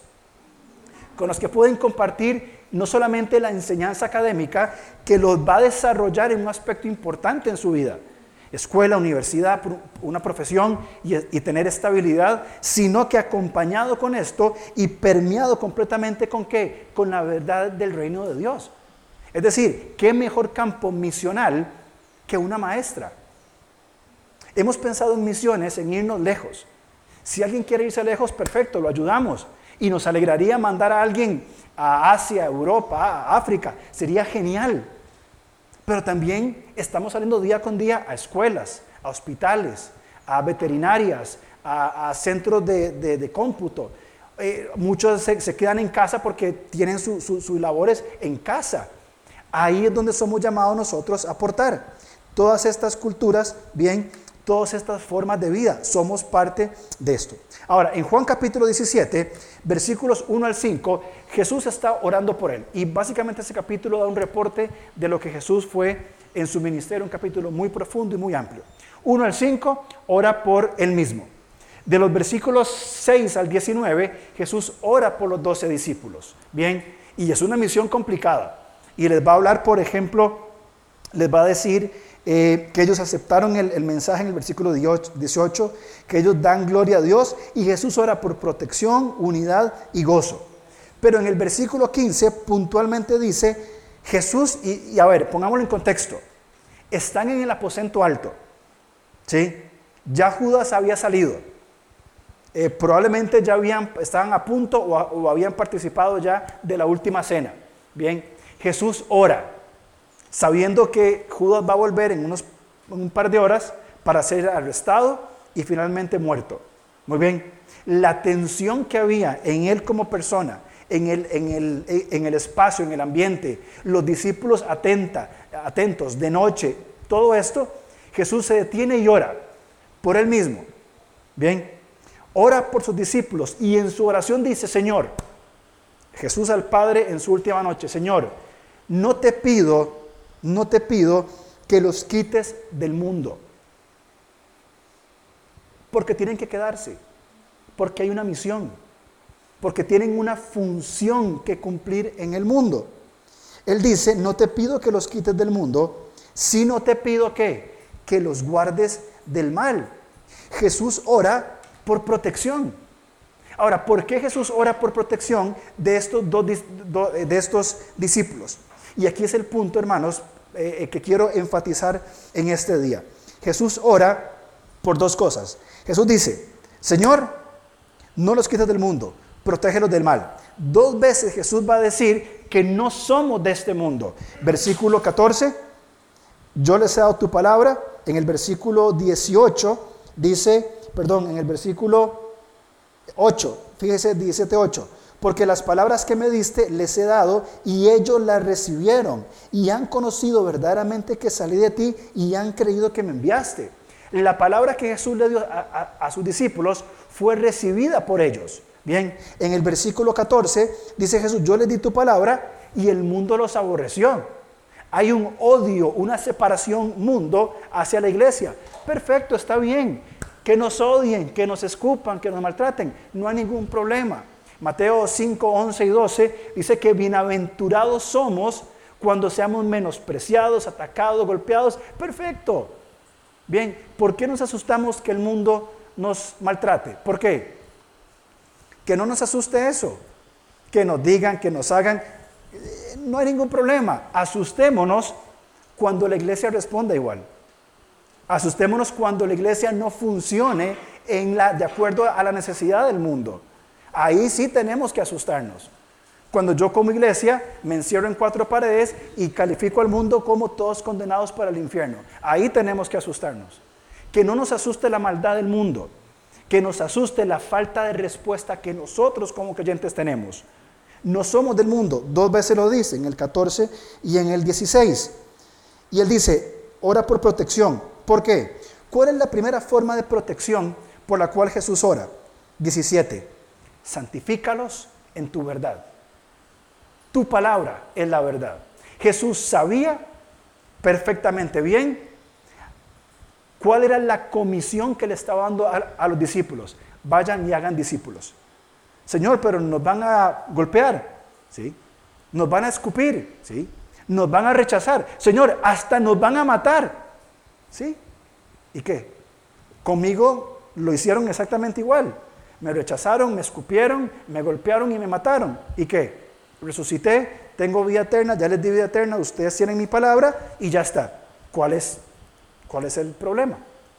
con los que pueden compartir no solamente la enseñanza académica, que los va a desarrollar en un aspecto importante en su vida, escuela, universidad, una profesión y, y tener estabilidad, sino que acompañado con esto y permeado completamente ¿con qué? Con la verdad del reino de Dios. Es decir, ¿qué mejor campo misional que una maestra? Hemos pensado en misiones, en irnos lejos. Si alguien quiere irse lejos, perfecto, lo ayudamos. Y nos alegraría mandar a alguien a Asia, a Europa, a África. Sería genial. Pero también estamos saliendo día con día a escuelas, a hospitales, a veterinarias, a, a centros de, de, de cómputo. Eh, muchos se, se quedan en casa porque tienen su, su, sus labores en casa. Ahí es donde somos llamados nosotros a aportar. Todas estas culturas, bien, todas estas formas de vida, somos parte de esto. Ahora, en Juan capítulo diecisiete, versículos uno al cinco, Jesús está orando por él. Y básicamente ese capítulo da un reporte de lo que Jesús fue en su ministerio, un capítulo muy profundo y muy amplio. uno al cinco, ora por él mismo. De los versículos seis al diecinueve, Jesús ora por los doce discípulos. Bien, y es una misión complicada. Y les va a hablar, por ejemplo, les va a decir eh, que ellos aceptaron el, el mensaje en el versículo dieciocho, que ellos dan gloria a Dios, y Jesús ora por protección, unidad y gozo. Pero en el versículo quince puntualmente dice, Jesús, y, y a ver, pongámoslo en contexto, están en el aposento alto, ¿sí? Ya Judas había salido, eh, probablemente ya habían, estaban a punto o, a, o habían participado ya de la última cena. Bien, Jesús ora, sabiendo que Judas va a volver en, unos, en un par de horas para ser arrestado y finalmente muerto. Muy bien, la tensión que había en él como persona, en el, en el, en el espacio, en el ambiente, los discípulos atenta, atentos, de noche, todo esto, Jesús se detiene y ora por él mismo. Bien, ora por sus discípulos y en su oración dice, Señor, Jesús al Padre en su última noche, Señor, no te pido, no te pido que los quites del mundo, porque tienen que quedarse, porque hay una misión, porque tienen una función que cumplir en el mundo. Él dice, no te pido que los quites del mundo, sino te pido que, que los guardes del mal. Jesús ora por protección. Ahora, ¿por qué Jesús ora por protección de estos, dos, de estos discípulos? Y aquí es el punto, hermanos, eh, que quiero enfatizar en este día. Jesús ora por dos cosas. Jesús dice, Señor, no los quites del mundo, protégelos del mal. Dos veces Jesús va a decir que no somos de este mundo. Versículo catorce, yo les he dado tu palabra. En el versículo dieciocho dice, perdón, en el versículo ocho, fíjese, diecisiete ocho, porque las palabras que me diste les he dado y ellos las recibieron y han conocido verdaderamente que salí de ti y han creído que me enviaste. La palabra que Jesús le dio a, a, a sus discípulos fue recibida por ellos. Bien, en el versículo catorce dice Jesús, yo les di tu palabra y el mundo los aborreció. Hay un odio, una separación mundo hacia la iglesia. Perfecto, está bien. Que nos odien, que nos escupan, que nos maltraten. No hay ningún problema. Mateo cinco, once y doce dice que bienaventurados somos cuando seamos menospreciados, atacados, golpeados. Perfecto. Bien, ¿por qué nos asustamos que el mundo nos maltrate? ¿Por qué? Que no nos asuste eso. Que nos digan, que nos hagan. No hay ningún problema. Asustémonos cuando la iglesia responda igual. Asustémonos cuando la iglesia no funcione en la, de acuerdo a la necesidad del mundo. Ahí sí tenemos que asustarnos. Cuando yo como iglesia me encierro en cuatro paredes y califico al mundo como todos condenados para el infierno. Ahí tenemos que asustarnos. Que no nos asuste la maldad del mundo. Que nos asuste la falta de respuesta que nosotros como creyentes tenemos. No somos del mundo. Dos veces lo dice, en el catorce y en el dieciséis. Y él dice, ora por protección. ¿Por qué? ¿Cuál es la primera forma de protección por la cual Jesús ora? diecisiete. Santifícalos en tu verdad. Tu palabra es la verdad. Jesús sabía perfectamente bien cuál era la comisión que le estaba dando a, a los discípulos. Vayan y hagan discípulos. Señor, pero nos van a golpear, ¿sí? Nos van a escupir, ¿sí? Nos van a rechazar. Señor, hasta nos van a matar, ¿sí? ¿Y qué? Conmigo lo hicieron exactamente igual. Me rechazaron, me escupieron, me golpearon y me mataron. ¿Y qué? Resucité, tengo vida eterna, ya les di vida eterna, ustedes tienen mi palabra y ya está. ¿Cuál es, cuál es el problema?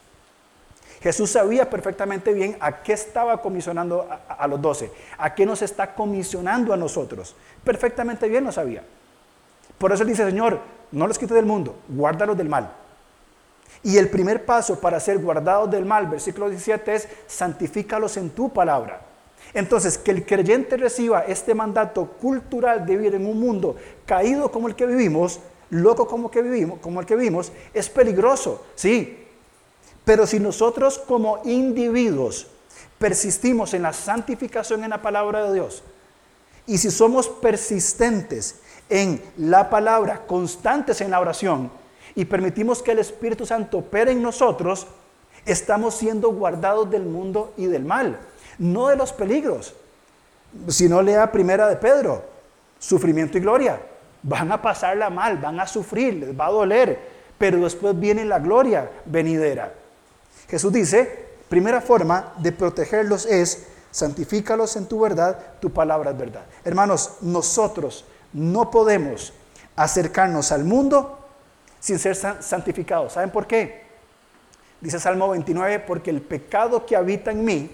Jesús sabía perfectamente bien a qué estaba comisionando a, a los doce, a qué nos está comisionando a nosotros. Perfectamente bien lo sabía. Por eso él dice, Señor, no los quites del mundo, guárdalos del mal. Y el primer paso para ser guardados del mal, versículo diecisiete, es santifícalos en tu palabra. Entonces, que el creyente reciba este mandato cultural de vivir en un mundo caído como el que vivimos, loco como, que vivimos, como el que vivimos, es peligroso, sí. Pero si nosotros como individuos persistimos en la santificación en la palabra de Dios, y si somos persistentes en la palabra, constantes en la oración, y permitimos que el Espíritu Santo opere en nosotros, estamos siendo guardados del mundo y del mal, no de los peligros. Si no, lea primera de Pedro, sufrimiento y gloria. Van a pasarla mal, van a sufrir, les va a doler, pero después viene la gloria venidera. Jesús dice, primera forma de protegerlos es, santifícalos en tu verdad, tu palabra es verdad. Hermanos, nosotros no podemos acercarnos al mundo sin ser santificados. ¿Saben por qué? Dice Salmo veintinueve, porque el pecado que habita en mí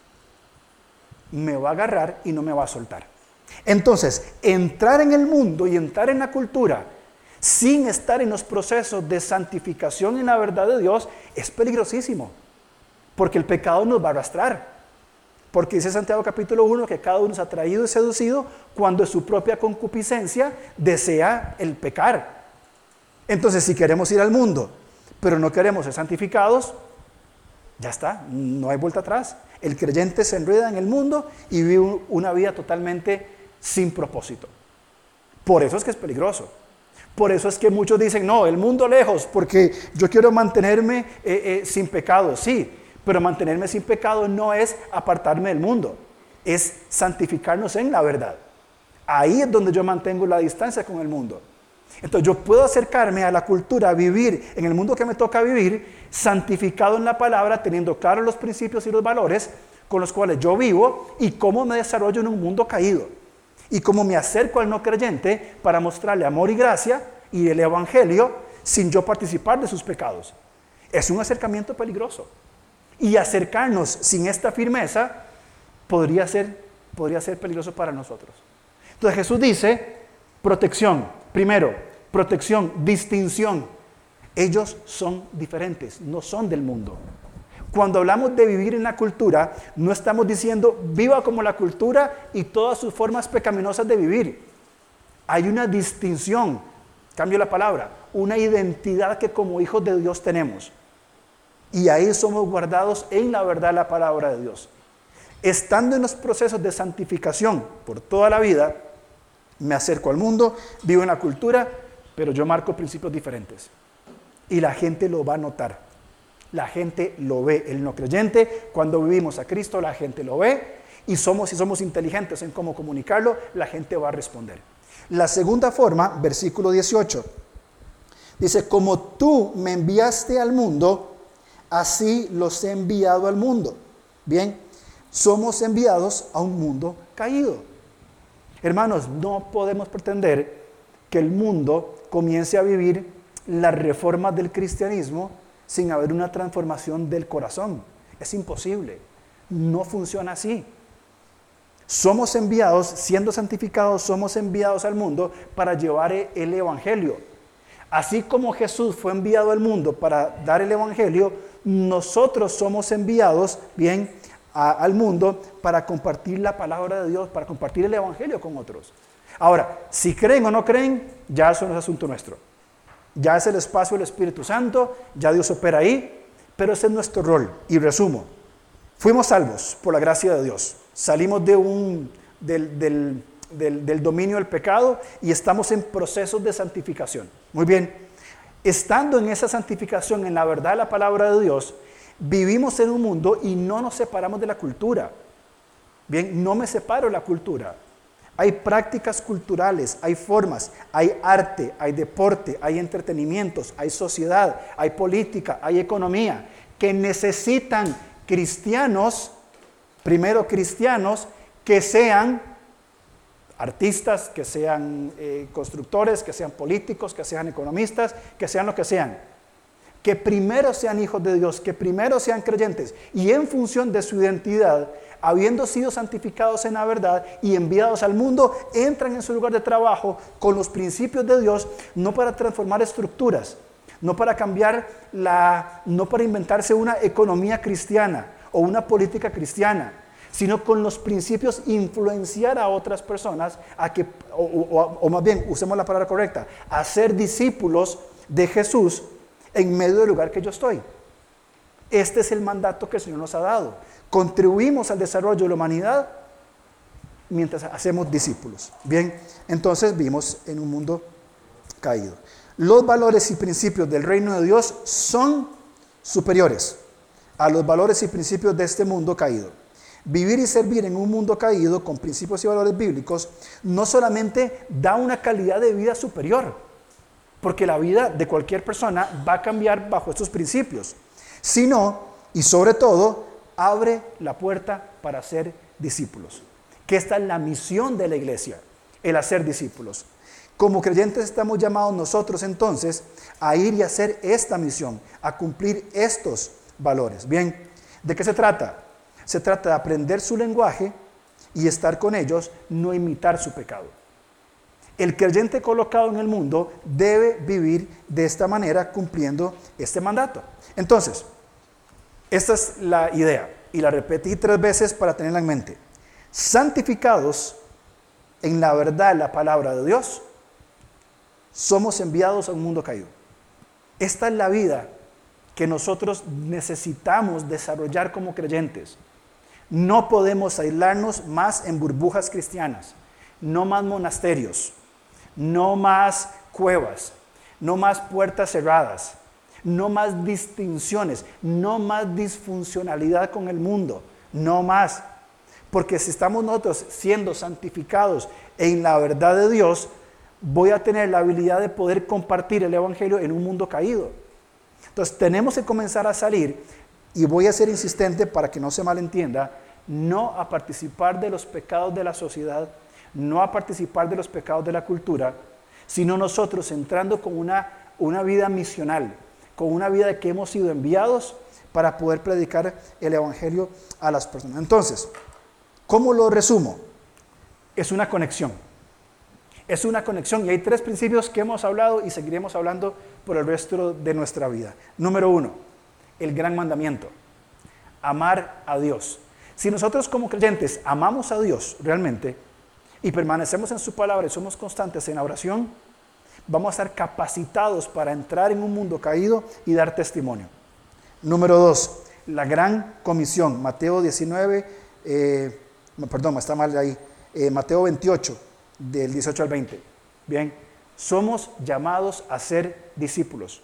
me va a agarrar y no me va a soltar. Entonces, entrar en el mundo y entrar en la cultura sin estar en los procesos de santificación en la verdad de Dios es peligrosísimo, porque el pecado nos va a arrastrar. Porque dice Santiago capítulo uno que cada uno es atraído y seducido cuando su propia concupiscencia desea el pecar. Entonces, si queremos ir al mundo, pero no queremos ser santificados, ya está, no hay vuelta atrás. El creyente se enreda en el mundo y vive una vida totalmente sin propósito. Por eso es que es peligroso. Por eso es que muchos dicen, no, el mundo lejos, porque yo quiero mantenerme eh, eh, sin pecado. Sí, pero mantenerme sin pecado no es apartarme del mundo, es santificarnos en la verdad. Ahí es donde yo mantengo la distancia con el mundo. Entonces yo puedo acercarme a la cultura, vivir en el mundo que me toca vivir, santificado en la palabra, teniendo claros los principios y los valores con los cuales yo vivo y cómo me desarrollo en un mundo caído. Y cómo me acerco al no creyente para mostrarle amor y gracia y el evangelio sin yo participar de sus pecados. Es un acercamiento peligroso. Y acercarnos sin esta firmeza podría ser, podría ser peligroso para nosotros. Entonces Jesús dice, protección. Primero, protección, distinción. Ellos son diferentes, no son del mundo. Cuando hablamos de vivir en la cultura, no estamos diciendo viva como la cultura y todas sus formas pecaminosas de vivir. Hay una distinción, cambio la palabra, una identidad que como hijos de Dios tenemos. Y ahí somos guardados en la verdad de la palabra de Dios. Estando en los procesos de santificación por toda la vida, me acerco al mundo, vivo en la cultura, pero yo marco principios diferentes. Y la gente lo va a notar. La gente lo ve. El no creyente, cuando vivimos a Cristo, la gente lo ve. Y somos, si somos inteligentes en cómo comunicarlo, la gente va a responder. La segunda forma, versículo dieciocho, dice, como tú me enviaste al mundo, así los he enviado al mundo. Bien, somos enviados a un mundo caído. Hermanos, no podemos pretender que el mundo comience a vivir las reformas del cristianismo sin haber una transformación del corazón. Es imposible. No funciona así. Somos enviados, siendo santificados, somos enviados al mundo para llevar el evangelio. Así como Jesús fue enviado al mundo para dar el evangelio, nosotros somos enviados, bien, a, al mundo para compartir la palabra de Dios, para compartir el evangelio con otros. Ahora, si creen o no creen, ya eso no es asunto nuestro. Ya es el espacio del Espíritu Santo, ya Dios opera ahí, pero ese es nuestro rol. Y resumo, fuimos salvos por la gracia de Dios. Salimos de un, del, del, del, del dominio del pecado y estamos en procesos de santificación. Muy bien, estando en esa santificación, en la verdad de la palabra de Dios, vivimos en un mundo y no nos separamos de la cultura. Bien, no me separo de la cultura. Hay prácticas culturales, hay formas, hay arte, hay deporte, hay entretenimientos, hay sociedad, hay política, hay economía, que necesitan cristianos, primero cristianos, que sean artistas, que sean eh, constructores, que sean políticos, que sean economistas, que sean lo que sean. Que primero sean hijos de Dios, que primero sean creyentes, y en función de su identidad, habiendo sido santificados en la verdad y enviados al mundo, entran en su lugar de trabajo con los principios de Dios, no para transformar estructuras, no para cambiar la, no para inventarse una economía cristiana o una política cristiana, sino con los principios influenciar a otras personas a que, o, o, o más bien, usemos la palabra correcta, a ser discípulos de Jesús en medio del lugar que yo estoy. Este es el mandato que el Señor nos ha dado. Contribuimos al desarrollo de la humanidad mientras hacemos discípulos. Bien, entonces vivimos en un mundo caído. Los valores y principios del reino de Dios son superiores a los valores y principios de este mundo caído. Vivir y servir en un mundo caído con principios y valores bíblicos no solamente da una calidad de vida superior, porque la vida de cualquier persona va a cambiar bajo estos principios, sino, y sobre todo, abre la puerta para ser discípulos. Que esta es la misión de la iglesia, el hacer discípulos. Como creyentes estamos llamados nosotros entonces a ir y hacer esta misión, a cumplir estos valores. Bien, ¿de qué se trata? Se trata de aprender su lenguaje y estar con ellos, no imitar su pecado. El creyente colocado en el mundo debe vivir de esta manera cumpliendo este mandato. Entonces, esta es la idea y la repetí tres veces para tenerla en mente. Santificados en la verdad, la palabra de Dios, somos enviados a un mundo caído. Esta es la vida que nosotros necesitamos desarrollar como creyentes. No podemos aislarnos más en burbujas cristianas, no más monasterios, no más cuevas, no más puertas cerradas, no más distinciones, no más disfuncionalidad con el mundo, no más. Porque si estamos nosotros siendo santificados en la verdad de Dios, voy a tener la habilidad de poder compartir el evangelio en un mundo caído. Entonces tenemos que comenzar a salir, y voy a ser insistente para que no se malentienda, no a participar de los pecados de la sociedad, no a participar de los pecados de la cultura, sino nosotros entrando con una, una vida misional, con una vida de que hemos sido enviados para poder predicar el evangelio a las personas. Entonces, ¿cómo lo resumo? Es una conexión. Es una conexión y hay tres principios que hemos hablado y seguiremos hablando por el resto de nuestra vida. Número uno, el gran mandamiento, amar a Dios. Si nosotros como creyentes amamos a Dios realmente y permanecemos en su palabra y somos constantes en la oración, vamos a estar capacitados para entrar en un mundo caído y dar testimonio. Número dos, la gran comisión, Mateo diecinueve, eh, perdón, está mal ahí, eh, Mateo veintiocho, del dieciocho al veinte. Bien, somos llamados a ser discípulos.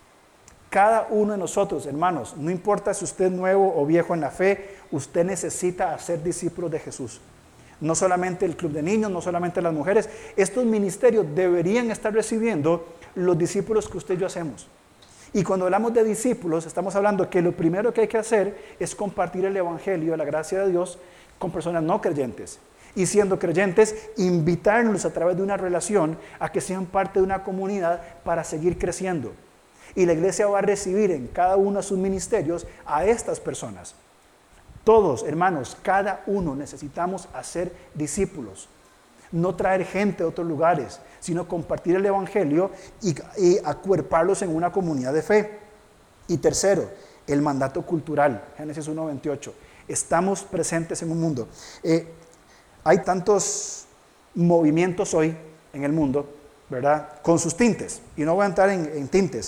Cada uno de nosotros, hermanos, no importa si usted es nuevo o viejo en la fe, usted necesita ser discípulos de Jesús. No solamente el club de niños, no solamente las mujeres, estos ministerios deberían estar recibiendo los discípulos que usted y yo hacemos. Y cuando hablamos de discípulos, estamos hablando que lo primero que hay que hacer es compartir el evangelio, la gracia de Dios, con personas no creyentes. Y siendo creyentes, invitarlos a través de una relación a que sean parte de una comunidad para seguir creciendo. Y la iglesia va a recibir en cada uno de sus ministerios a estas personas. Todos, hermanos, cada uno necesitamos hacer discípulos. No traer gente de otros lugares, sino compartir el evangelio y, y acuerparlos en una comunidad de fe. Y tercero, el mandato cultural, Génesis uno veintiocho. Estamos presentes en un mundo. Eh, hay tantos movimientos hoy en el mundo, ¿verdad? Con sus tintes, y no voy a entrar en, en tintes.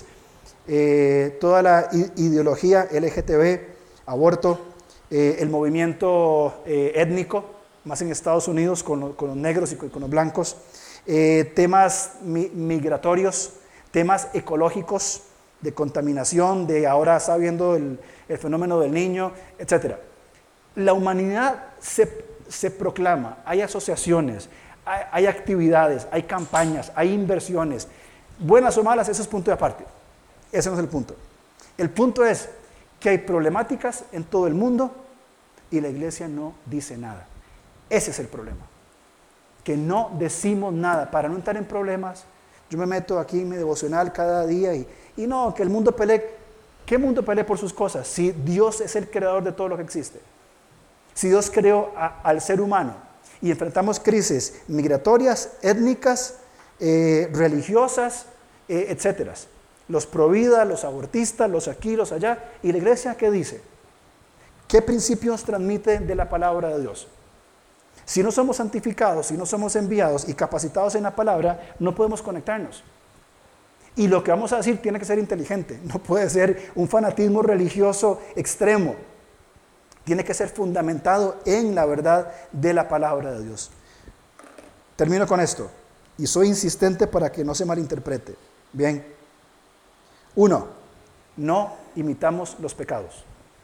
Eh, toda la ideología L G T B, aborto, eh, el movimiento eh, étnico, más en Estados Unidos con, lo, con los negros y con, con los blancos, eh, temas mi, migratorios, temas ecológicos, de contaminación, de ahora está viendo el, el fenómeno del niño, etcétera. La humanidad se, se proclama, hay asociaciones, hay, hay actividades, hay campañas, hay inversiones, buenas o malas, eso es punto de aparte. Ese no es el punto. El punto es que hay problemáticas en todo el mundo y la iglesia no dice nada. Ese es el problema. Que no decimos nada. Para no entrar en problemas, yo me meto aquí en mi devocional cada día y, y no, que el mundo pelee. ¿Qué mundo pelee por sus cosas? Si Dios es el creador de todo lo que existe. Si Dios creó a, al ser humano y enfrentamos crisis migratorias, étnicas, eh, religiosas, eh, etcétera. Los provida, los abortistas, los aquí, los allá. ¿Y la iglesia qué dice? ¿Qué principios transmite de la palabra de Dios? Si no somos santificados, si no somos enviados y capacitados en la palabra, no podemos conectarnos. Y lo que vamos a decir tiene que ser inteligente. No puede ser un fanatismo religioso extremo. Tiene que ser fundamentado en la verdad de la palabra de Dios. Termino con esto. Y soy insistente para que no se malinterprete. Bien. Uno, no imitamos los pecados.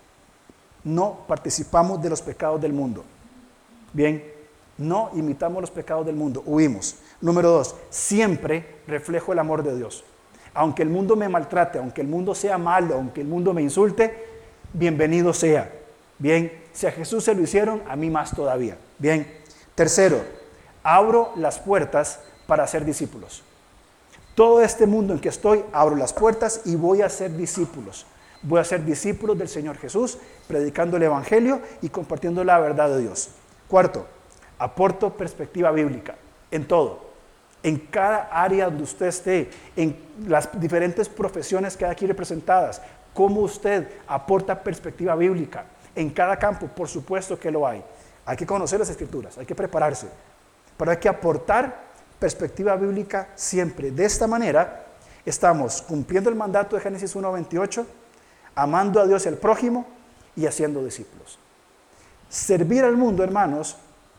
No participamos de los pecados del mundo. Bien, no imitamos los pecados del mundo, huimos. Número dos, siempre reflejo el amor de Dios. Aunque el mundo me maltrate, aunque el mundo sea malo, aunque el mundo me insulte, bienvenido sea. Bien, si a Jesús se lo hicieron, a mí más todavía. Bien, tercero, abro las puertas para ser discípulos. Todo este mundo en que estoy, abro las puertas y voy a ser discípulos. Voy a ser discípulos del Señor Jesús, predicando el evangelio y compartiendo la verdad de Dios. Cuarto, aporto perspectiva bíblica en todo. En cada área donde usted esté, en las diferentes profesiones que hay aquí representadas, cómo usted aporta perspectiva bíblica. En cada campo, por supuesto que lo hay. Hay que conocer las Escrituras, hay que prepararse, pero hay que aportar perspectiva bíblica siempre. De esta manera, estamos cumpliendo el mandato de Génesis uno veintiocho, amando a Dios y al prójimo y haciendo discípulos. Servir al mundo, hermanos,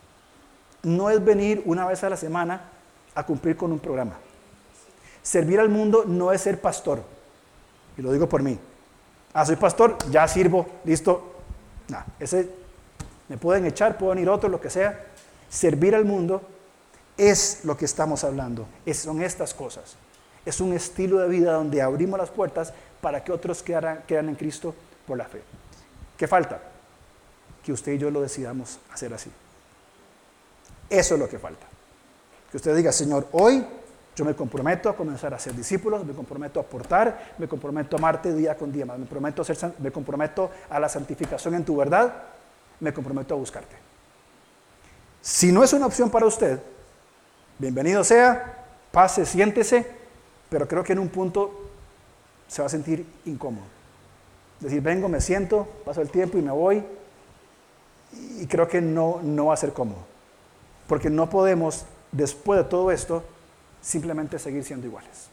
no es venir una vez a la semana a cumplir con un programa. Servir al mundo no es ser pastor. Y lo digo por mí. Ah, soy pastor, ya sirvo, listo. No, ese Me pueden echar, pueden ir otros, lo que sea. Servir al mundo es lo que estamos hablando. Es, son estas cosas. Es un estilo de vida donde abrimos las puertas para que otros quedaran, quedan en Cristo por la fe. ¿Qué falta? Que usted y yo lo decidamos hacer así. Eso es lo que falta. Que usted diga, Señor, hoy yo me comprometo a comenzar a ser discípulos, me comprometo a aportar, me comprometo a amarte día con día más, me, prometo a ser, me comprometo a la santificación en tu verdad, me comprometo a buscarte. Si no es una opción para usted, bienvenido sea, pase, siéntese, pero creo que en un punto se va a sentir incómodo. Es decir, vengo, me siento, paso el tiempo y me voy, y creo que no, no va a ser cómodo, porque no podemos, después de todo esto, simplemente seguir siendo iguales.